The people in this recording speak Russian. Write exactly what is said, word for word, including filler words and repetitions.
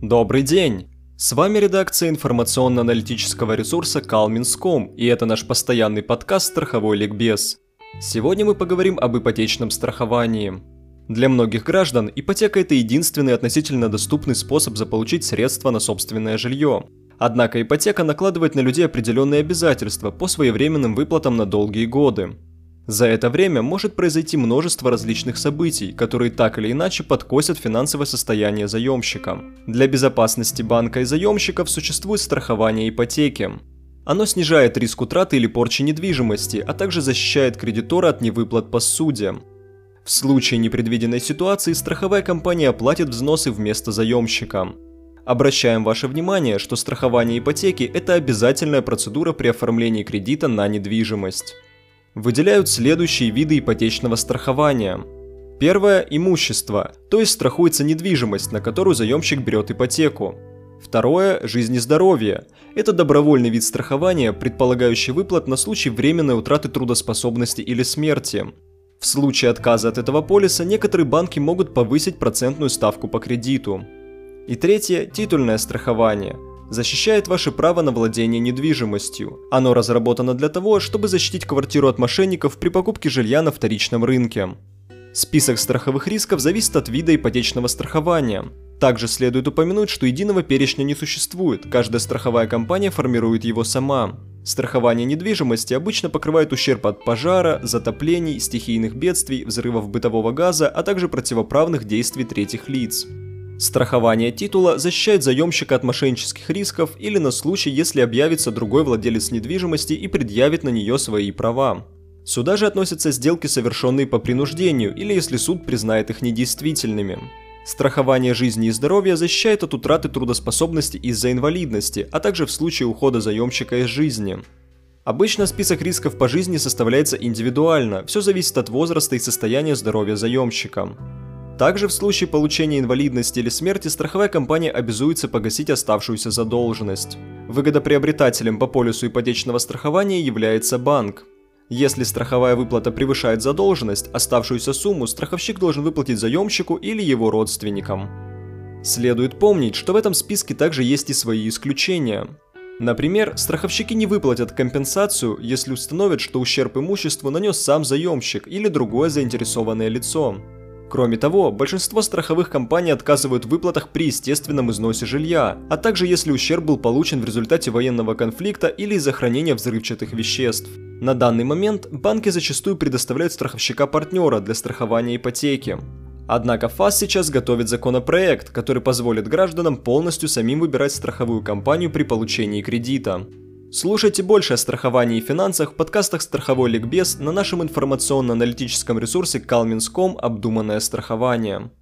Добрый день! С вами редакция информационно-аналитического ресурса Calmins точка ком, и это наш постоянный подкаст «Страховой ликбез». Сегодня мы поговорим об ипотечном страховании. Для многих граждан ипотека – это единственный относительно доступный способ заполучить средства на собственное жилье. Однако ипотека накладывает на людей определенные обязательства по своевременным выплатам на долгие годы. За это время может произойти множество различных событий, которые так или иначе подкосят финансовое состояние заемщика. Для безопасности банка и заемщиков существует страхование ипотеки. Оно снижает риск утраты или порчи недвижимости, а также защищает кредитора от невыплат по суде. В случае непредвиденной ситуации страховая компания оплатит взносы вместо заемщика. Обращаем ваше внимание, что страхование ипотеки – это обязательная процедура при оформлении кредита на недвижимость. Выделяют следующие виды ипотечного страхования. Первое – имущество, то есть страхуется недвижимость, на которую заемщик берет ипотеку. Второе – жизнь и здоровье. Это добровольный вид страхования, предполагающий выплат на случай временной утраты трудоспособности или смерти. В случае отказа от этого полиса некоторые банки могут повысить процентную ставку по кредиту. И третье – титульное страхование. Защищает ваше право на владение недвижимостью. Оно разработано для того, чтобы защитить квартиру от мошенников при покупке жилья на вторичном рынке. Список страховых рисков зависит от вида ипотечного страхования. Также следует упомянуть, что единого перечня не существует, каждая страховая компания формирует его сама. Страхование недвижимости обычно покрывает ущерб от пожара, затоплений, стихийных бедствий, взрывов бытового газа, а также противоправных действий третьих лиц. Страхование титула защищает заемщика от мошеннических рисков или на случай, если объявится другой владелец недвижимости и предъявит на нее свои права. Сюда же относятся сделки, совершенные по принуждению, или если суд признает их недействительными. Страхование жизни и здоровья защищает от утраты трудоспособности из-за инвалидности, а также в случае ухода заемщика из жизни. Обычно список рисков по жизни составляется индивидуально, все зависит от возраста и состояния здоровья заемщика. Также в случае получения инвалидности или смерти страховая компания обязуется погасить оставшуюся задолженность. Выгодоприобретателем по полису ипотечного страхования является банк. Если страховая выплата превышает задолженность, оставшуюся сумму страховщик должен выплатить заемщику или его родственникам. Следует помнить, что в этом списке также есть и свои исключения. Например, страховщики не выплатят компенсацию, если установят, что ущерб имуществу нанес сам заемщик или другое заинтересованное лицо. Кроме того, большинство страховых компаний отказывают в выплатах при естественном износе жилья, а также если ущерб был получен в результате военного конфликта или из-за хранения взрывчатых веществ. На данный момент банки зачастую предоставляют страховщика-партнера для страхования ипотеки. Однако ФАС сейчас готовит законопроект, который позволит гражданам полностью самим выбирать страховую компанию при получении кредита. Слушайте больше о страховании и финансах в подкастах «Страховой ликбез» на нашем информационно-аналитическом ресурсе Calmins точка ком «Обдуманное страхование».